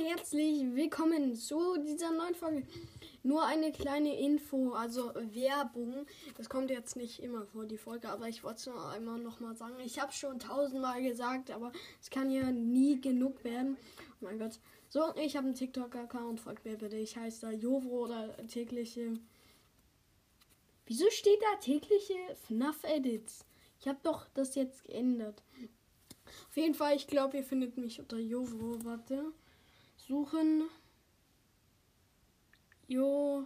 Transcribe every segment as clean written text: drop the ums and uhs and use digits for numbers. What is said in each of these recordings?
herzlich willkommen zu dieser neuen Folge. Nur eine kleine Info, also Werbung. Das kommt jetzt nicht immer vor, die Folge, aber ich wollte es nur einmal nochmal sagen. Ich habe es schon 1000-mal gesagt, aber es kann ja nie genug werden. Oh mein Gott. So, ich habe einen TikTok-Account, folgt mir bitte. Ich heiße da Jovo oder tägliche... Wieso steht da tägliche FNAF-Edits? Ich habe doch das jetzt geändert. Auf jeden Fall, ich glaube, ihr findet mich unter Jovo. Warte. Suchen. Jovo.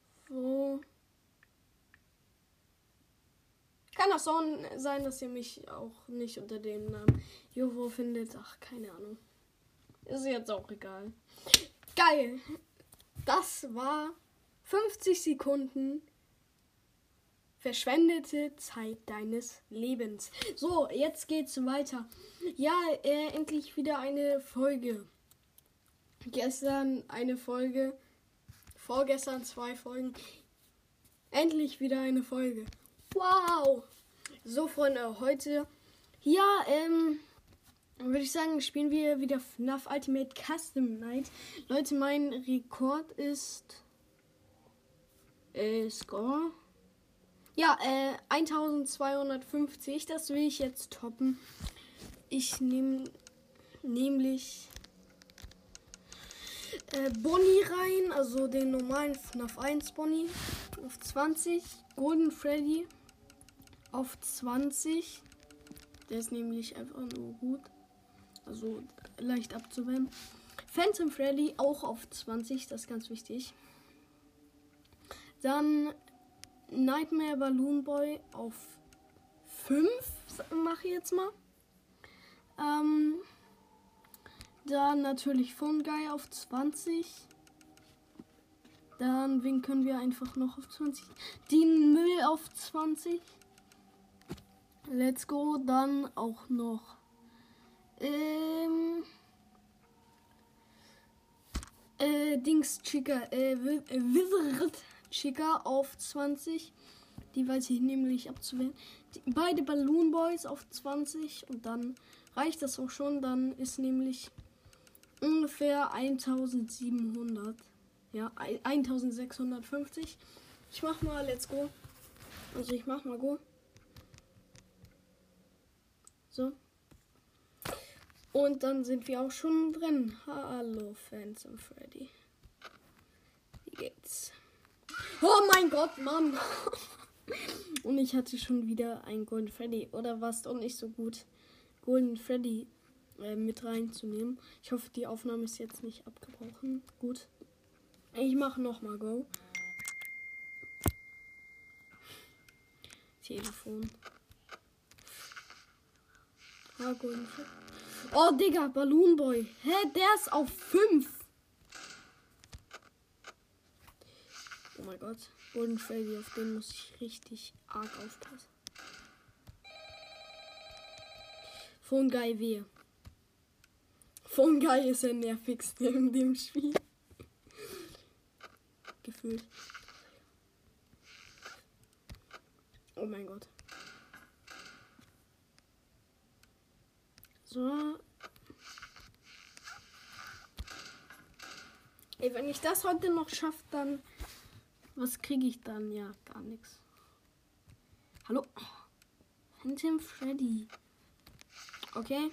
Kann auch so sein, dass ihr mich auch nicht unter dem Namen Jovo findet. Ach, keine Ahnung. Ist jetzt auch egal. Geil. Das war 50 Sekunden verschwendete Zeit deines Lebens. So, jetzt geht's weiter. Ja, endlich wieder eine Folge. Gestern eine Folge. Vorgestern 2 Folgen. Endlich wieder eine Folge. Wow! So, Freunde, heute. Ja, würde ich sagen, spielen wir wieder FNAF Ultimate Custom Night. Leute, mein Rekord ist. Score. Ja, 1250, das will ich jetzt toppen. Ich nehme nämlich Bonnie rein, also den normalen FNAF 1 Bonnie auf 20, Golden Freddy auf 20, der ist nämlich einfach nur gut, also leicht abzuwenden. Phantom Freddy auch auf 20, das ist ganz wichtig. Dann Nightmare Balloon Boy auf 5, mache ich jetzt mal. Dann natürlich Phone Guy auf 20. Dann, wen können wir einfach noch auf 20? Den Müll auf 20. Let's go. Dann auch noch Dings Chica, Wizard Chica auf 20. Die weiß ich nämlich abzuwehren. Beide Balloon Boys auf 20. Und dann reicht das auch schon. Dann ist nämlich ungefähr 1700. Ja, 1650. Ich mach mal Let's Go. Also ich mach mal Go. So. Und dann sind wir auch schon drin. Hallo Phantom Freddy. Wie geht's? Oh mein Gott, Mann. Und ich hatte schon wieder einen Golden Freddy. Oder war es doch nicht so gut, Golden Freddy mit reinzunehmen. Ich hoffe, die Aufnahme ist jetzt nicht abgebrochen. Gut. Ich mache nochmal Go. Telefon. Ah, Golden Freddy. Oh, Digga, Balloon Boy. Hä, der ist auf 5. Oh mein Gott. Golden Freddy, auf den muss ich richtig arg aufpassen. Phone Guy wehe. Phone Guy ist der nervigste in dem Spiel. Gefühlt. Oh mein Gott. So. Ey, wenn ich das heute noch schaffe, dann... Was kriege ich dann? Ja, gar nichts. Hallo? Phantom Freddy. Okay.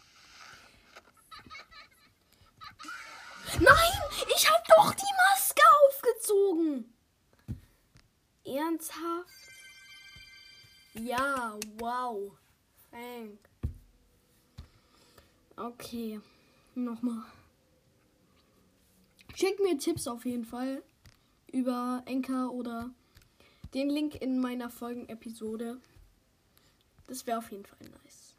Nein! Ich habe doch die Maske aufgezogen! Ernsthaft? Ja, wow. Frank. Okay. Nochmal. Schickt mir Tipps auf jeden Fall. Über Anchor oder den Link in meiner Folgen-Episode. Das wäre auf jeden Fall nice.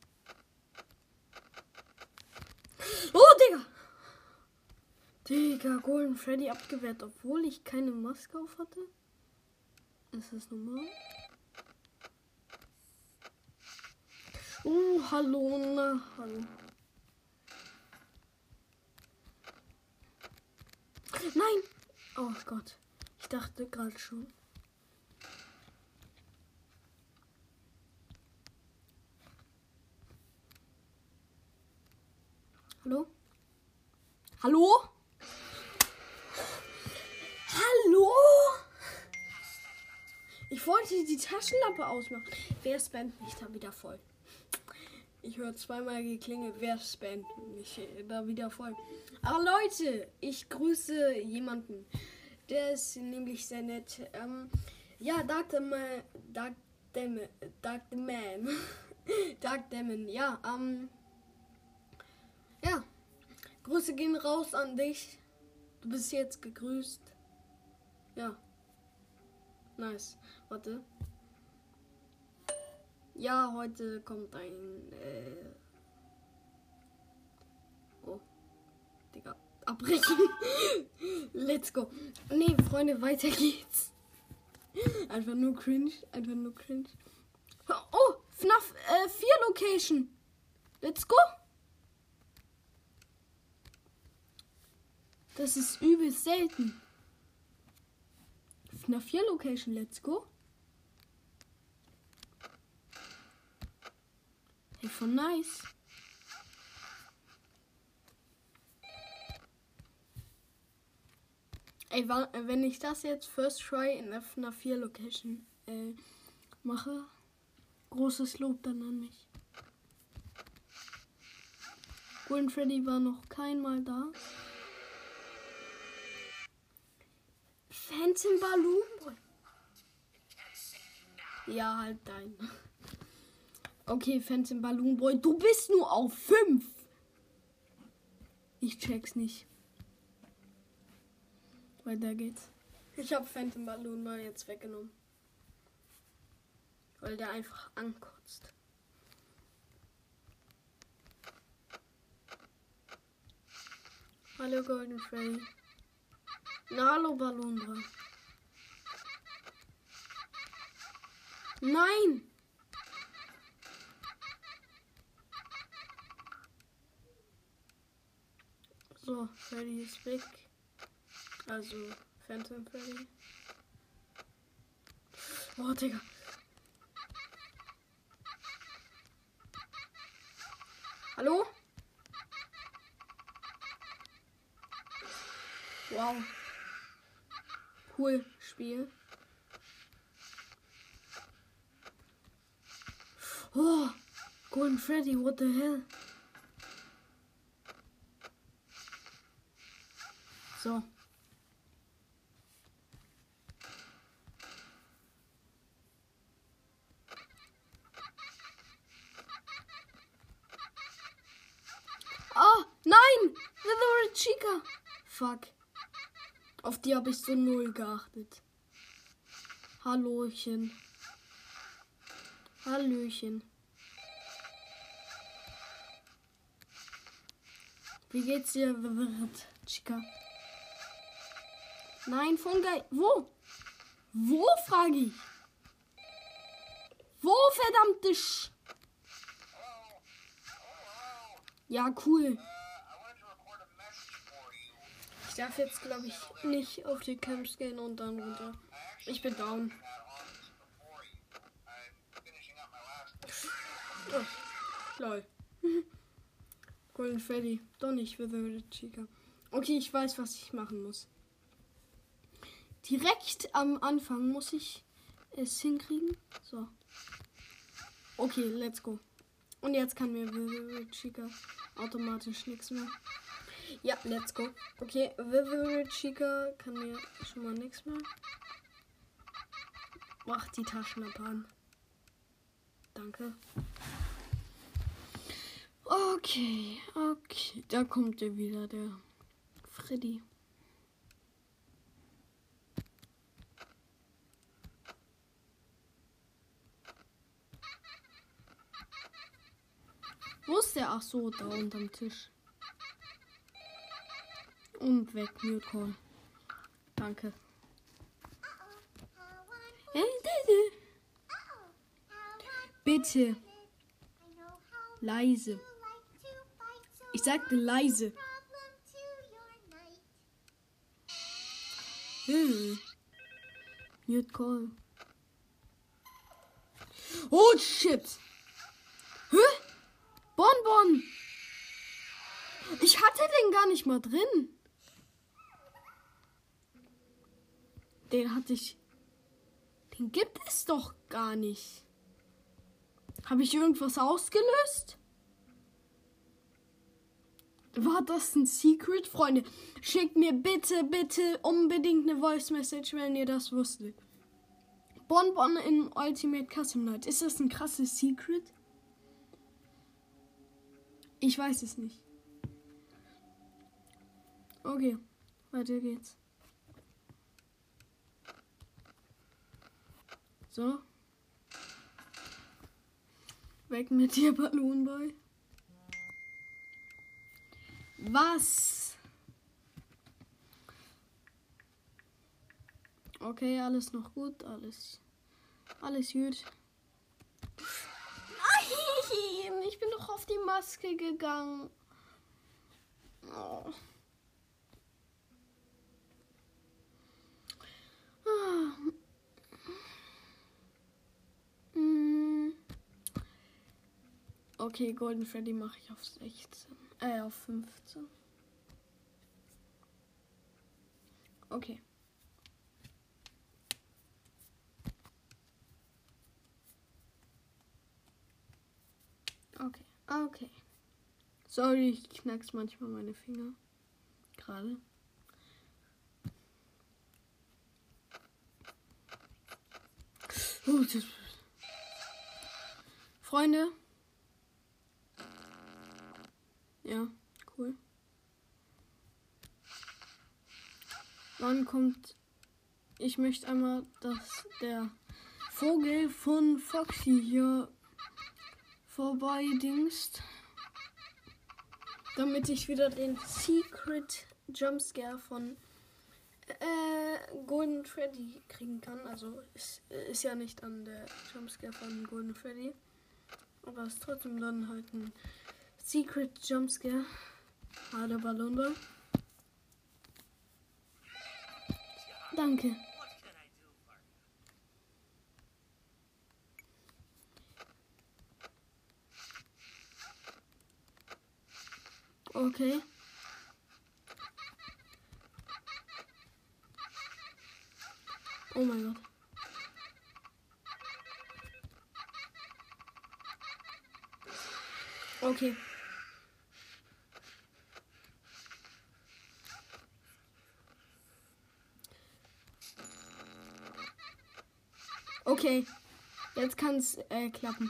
Oh, Digga! Digga, Golden Freddy abgewehrt, obwohl ich keine Maske auf hatte. Ist das normal? Oh, hallo, na, hallo. Nein! Oh Gott, ich dachte gerade schon. Hallo? Hallo? Hallo? Ich wollte die Taschenlampe ausmachen. Wer spammt mich da wieder voll? Ich höre zweimal geklingelt. Wer spammt mich da wieder voll? Aber Leute, ich grüße jemanden. Der ist nämlich sehr nett. Ja, Dr. Man. Dark Demon, ja, ja. Grüße gehen raus an dich. Du bist jetzt gegrüßt. Ja. Nice. Warte. Ja, heute kommt ein, oh. Digga. Abbrechen. Let's go. Nee, Freunde, weiter geht's. Einfach nur cringe. Oh, FNAF 4 Location. Let's go. Das ist übelst selten. FNAF 4 Location, let's go. Hey, voll nice. Ey, wenn ich das jetzt First Try in der FNAF 4 Location mache, großes Lob dann an mich. Golden Freddy war noch kein Mal da. Phantom Balloon Boy. Ja, halt dein. Okay, Phantom Balloon Boy, du bist nur auf 5. Ich check's nicht. Weiter geht's. Ich habe Phantom Balloon Boy jetzt weggenommen. Weil der einfach ankotzt. Hallo Golden Freddy. Na, hallo Balloon Boy. Nein! So, Freddy ist weg. Also, Phantom Freddy. Oh, Digga. Hallo? Wow. Cool, Spiel. Oh, Golden Freddy, what the hell? So. Oh, nein! Little Chica! Fuck. Auf die habe ich so null geachtet. Hallöchen. Hallöchen. Wie geht's dir, Chica? Nein, von Geil. Wo? Wo, frage ich? Wo, verdammte Ja, cool. Ich darf jetzt, glaube ich, nicht auf die Camps gehen und dann runter. Ich bin down. Oh, lol. Golden Freddy. Doch nicht Wither Chica. Okay, ich weiß, was ich machen muss. Direkt am Anfang muss ich es hinkriegen. So. Okay, let's go. Und jetzt kann mir Wither Chica automatisch nichts mehr. Ja, let's go. Okay, Wither Chica kann mir schon mal nichts mehr. Mach die Taschenlampe an. Danke. Okay. Da kommt er wieder, der Freddy. Wo ist der? Ach so, da unterm Tisch. Und weg, Mute Call. Danke. Bitte. Leise. Ich sagte leise. Mute Call. Oh shit. Hä? Bonbon. Ich hatte den gar nicht mal drin. Den gibt es doch gar nicht. Habe ich irgendwas ausgelöst? War das ein Secret? Freunde, schickt mir bitte unbedingt eine Voice Message, wenn ihr das wusstet. Bonbon in Ultimate Custom Night. Ist das ein krasses Secret? Ich weiß es nicht. Okay, weiter geht's. So. Weg mit dir, Balloon Boy. Was? Okay, alles noch gut, alles gut. Nein, ich bin doch auf die Maske gegangen. Oh. Okay, Golden Freddy mache ich auf 16. Auf 15. Okay. Okay. Sorry, ich knack's manchmal meine Finger. Gerade. Freunde. Ja, cool. Wann kommt... Ich möchte einmal, dass der Vogel von Foxy hier vorbei dingst. Damit ich wieder den Secret Jumpscare von Golden Freddy kriegen kann. Also ist ja nicht an der Jumpscare von Golden Freddy. Aber es ist trotzdem dann halt ein Secret Jumpscare. Der Ballon Ball. Danke. Okay. Oh mein Gott. Okay. Okay. Jetzt kann es klappen.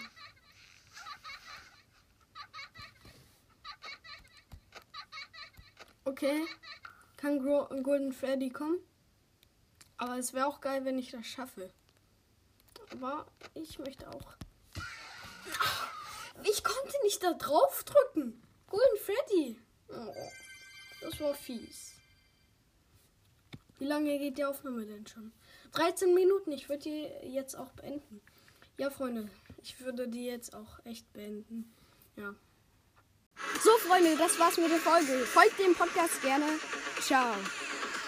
Okay. Kann Golden Freddy kommen. Aber es wäre auch geil, wenn ich das schaffe. Aber ich möchte auch. Ich konnte nicht da drauf drücken. Golden Freddy. Oh, das war fies. Wie lange geht die Aufnahme denn schon? 13 Minuten. Ich würde die jetzt auch beenden. Ja, Freunde. Ich würde die jetzt auch echt beenden. Ja. So, Freunde, das war's mit der Folge. Folgt dem Podcast gerne. Ciao.